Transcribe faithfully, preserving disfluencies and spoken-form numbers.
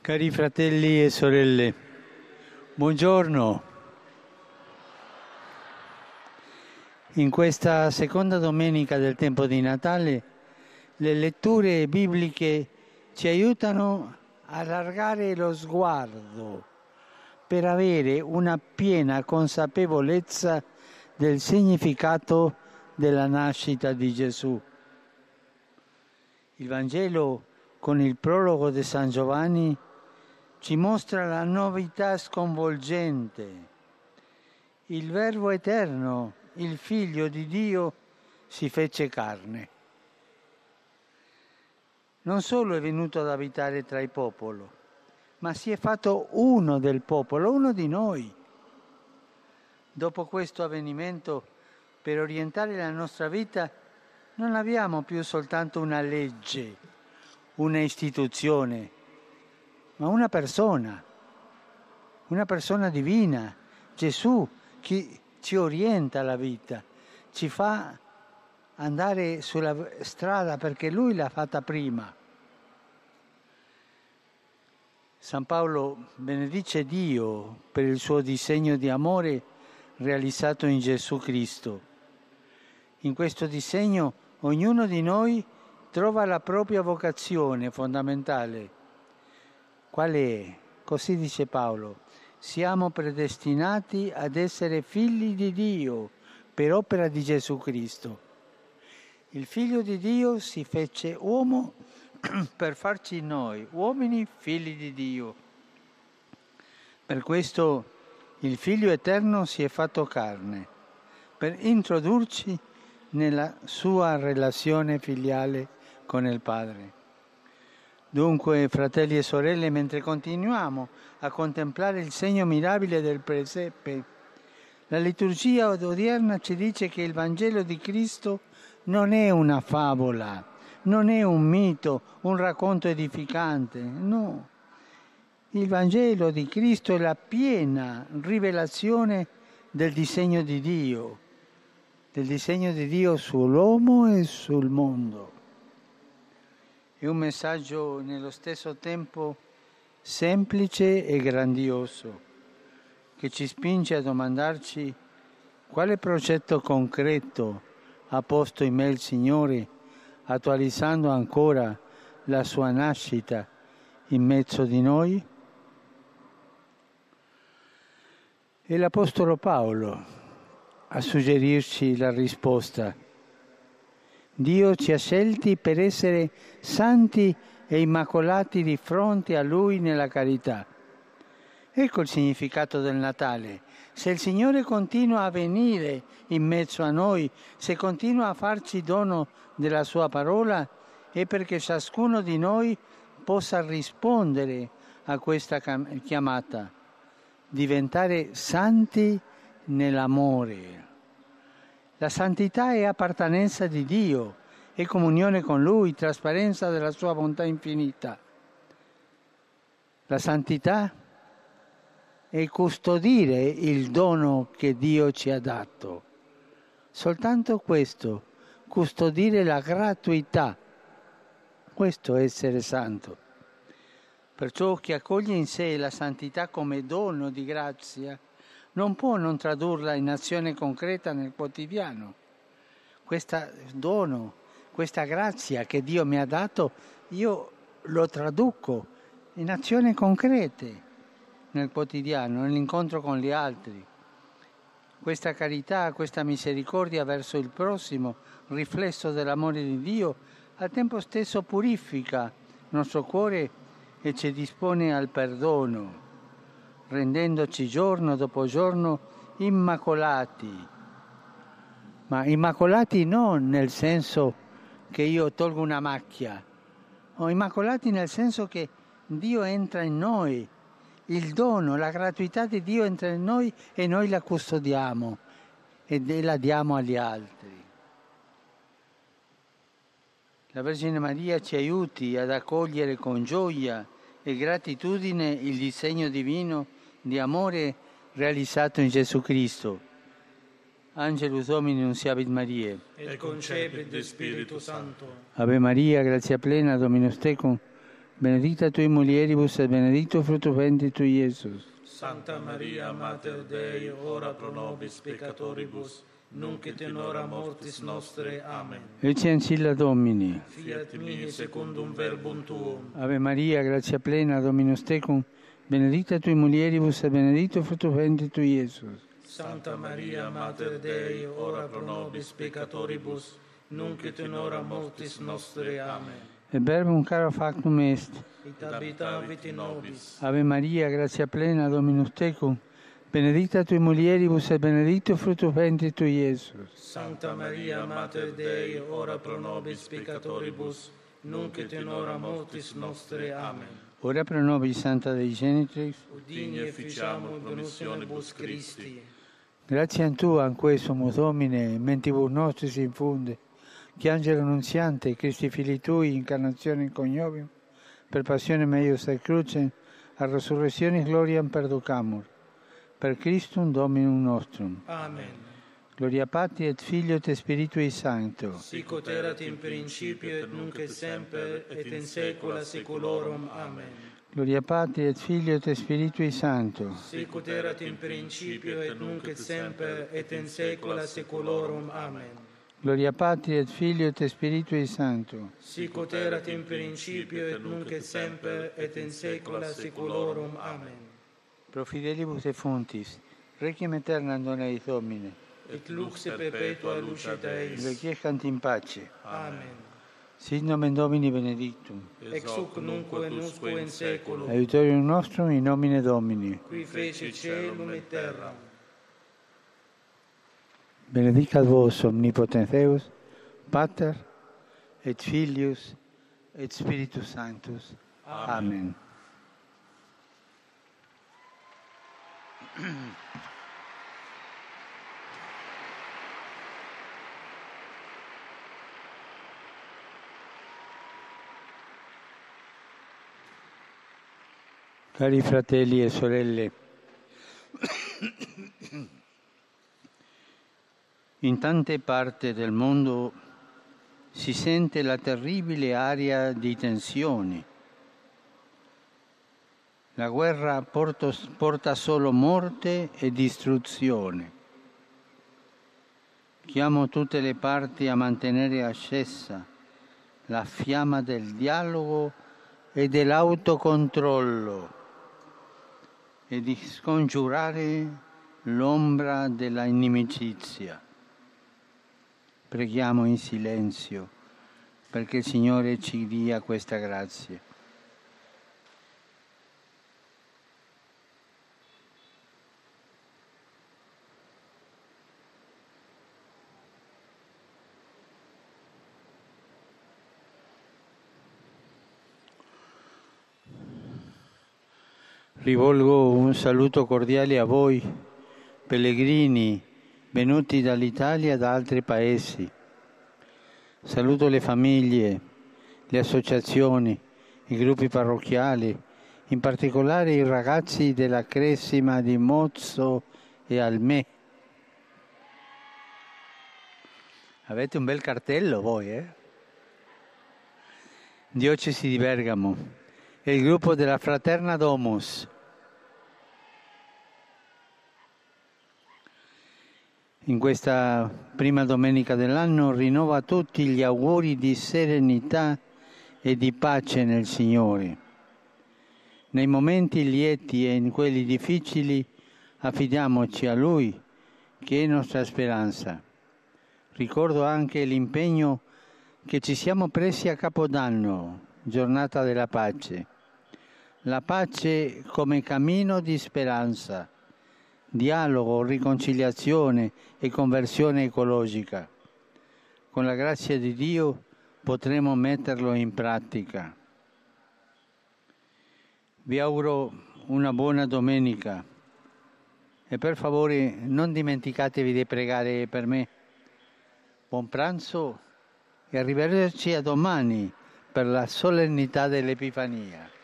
Cari fratelli e sorelle, buongiorno. In questa seconda domenica del tempo di Natale, le letture bibliche ci aiutano a allargare lo sguardo per avere una piena consapevolezza del significato della nascita di Gesù. Il Vangelo, con il prologo di San Giovanni, ci mostra la novità sconvolgente. Il Verbo eterno, il Figlio di Dio, si fece carne. Non solo è venuto ad abitare tra il popolo, ma si è fatto uno del popolo, uno di noi. Dopo questo avvenimento, per orientare la nostra vita, non abbiamo più soltanto una legge, una istituzione, ma una persona, una persona divina, Gesù, che ci orienta la vita, ci fa andare sulla strada perché Lui l'ha fatta prima. San Paolo benedice Dio per il suo disegno di amore realizzato in Gesù Cristo. In questo disegno ognuno di noi trova la propria vocazione fondamentale. Qual è? Così dice Paolo: siamo predestinati ad essere figli di Dio per opera di Gesù Cristo. Il Figlio di Dio si fece uomo per farci noi, uomini figli di Dio. Per questo il Figlio eterno si è fatto carne, per introdurci nella sua relazione filiale con il Padre. Dunque, fratelli e sorelle, mentre continuiamo a contemplare il segno mirabile del presepe, la liturgia odierna ci dice che il Vangelo di Cristo non è una favola, non è un mito, un racconto edificante, no. Il Vangelo di Cristo è la piena rivelazione del disegno di Dio, del disegno di Dio sull'uomo e sul mondo. È un messaggio nello stesso tempo semplice e grandioso, che ci spinge a domandarci quale progetto concreto ha posto in me il Signore, attualizzando ancora la sua nascita in mezzo di noi? È l'Apostolo Paolo a suggerirci la risposta. Dio ci ha scelti per essere santi e immacolati di fronte a Lui nella carità. Ecco il significato del Natale. Se il Signore continua a venire in mezzo a noi, se continua a farci dono della Sua parola, è perché ciascuno di noi possa rispondere a questa chiamata, diventare santi nell'amore. La santità è appartenenza di Dio, è comunione con Lui, trasparenza della Sua bontà infinita. La santità è custodire il dono che Dio ci ha dato. Soltanto questo, custodire la gratuità, questo è essere santo. Perciò chi accoglie in sé la santità come dono di grazia non può non tradurla in azione concreta nel quotidiano. Questo dono, questa grazia che Dio mi ha dato, io lo traduco in azioni concrete nel quotidiano, nell'incontro con gli altri. Questa carità, questa misericordia verso il prossimo, riflesso dell'amore di Dio, al tempo stesso purifica il nostro cuore e ci dispone al perdono, rendendoci giorno dopo giorno immacolati. Ma immacolati non nel senso che io tolgo una macchia, ma immacolati nel senso che Dio entra in noi, il dono, la gratuità di Dio entra in noi e noi la custodiamo e la diamo agli altri. La Vergine Maria ci aiuti ad accogliere con gioia e gratitudine il disegno divino di amore realizzato in Gesù Cristo. Angelus Domini nunciavit Mariae. Et concepit de Spiritu Sancto. Ave Maria, grazia plena, Dominus tecum, benedicta tui mulieribus et benedictus fructus ventris tui, Iesus. Santa Maria, Mater Dei, ora pro nobis peccatoribus, nunc et in hora mortis nostre. Amen. Ecce ancilla Domini. Fiat mihi secundum verbum tuum. Ave Maria, grazia plena, Dominus tecum, benedicta tui mulieribus et benedictus fructus ventris tui, Iesus. Santa Maria, Mater Dei, ora pro nobis peccatoribus, nunc et in hora mortis nostre. Amen. Et verbum caro factum est. Et habitavit in nobis. Ave Maria, grazia plena, Dominus tecum, benedicta tui mulieribus et benedictus fructus ventris tui, Iesus. Santa Maria, Mater Dei, ora pro nobis peccatoribus, nunc et in hora mortis nostre. Amen. Ora pro nobis, Santa Dei Genitrix, Udini e ficiamur promissionibus Christi. grazie a Tu, anque sumus Domine, mentibus nostris infunde, che Angelo Nunziante, Christi Fili Tui, incarnazione in coniovium, per passione meius et crucem, a resurrectionis gloriam perducamur. Per Christum Dominum nostrum. Amen. Gloria Patri et Filio et Spiritui Sancto. Sic ut erat in principio et nunc et semper et in saecula saeculorum. Amen. Gloria Patri et Filio et Spiritui Sancto. Sic ut erat in principio et nunc et semper et in saecula saeculorum. Amen. Gloria Patri et Filio et Spiritui Sancto. Sic ut erat in principio et nunc et semper et in saecula saeculorum. Amen. Pro fidelibus defunctis, requiem aeternam dona eis Domine. Et lux perpetua lucet eis. Requiescant in pace. Amen. Sit nomen Domini benedictum. Ex hoc nunc et usque in saeculum. Aiutorium nostrum in nomine Domini. Qui fecit caelum et terram. Benedicat vos omnipotens Deus, Pater et Filius et Spiritus Sanctus. Amen. Cari fratelli e sorelle, in tante parti del mondo si sente la terribile aria di tensioni. La guerra porto, porta solo morte e distruzione. Chiamo tutte le parti a mantenere accesa la fiamma del dialogo e dell'autocontrollo e di scongiurare l'ombra della inimicizia. Preghiamo in silenzio perché il Signore ci dia questa grazia. Rivolgo un saluto cordiale a voi, pellegrini venuti dall'Italia e da altri paesi. Saluto le famiglie, le associazioni, i gruppi parrocchiali, in particolare i ragazzi della Cresima di Mozzo e Almè. Avete un bel cartello voi, eh? Diocesi di Bergamo. E il gruppo della Fraterna Domus. In questa prima domenica dell'anno rinnovo a tutti gli auguri di serenità e di pace nel Signore. Nei momenti lieti e in quelli difficili affidiamoci a Lui, che è nostra speranza. Ricordo anche l'impegno che ci siamo presi a Capodanno, giornata della pace. La pace come cammino di speranza, dialogo, riconciliazione e conversione ecologica. Con la grazia di Dio potremo metterlo in pratica. Vi auguro una buona domenica e per favore non dimenticatevi di pregare per me. Buon pranzo e arrivederci a domani per la solennità dell'Epifania.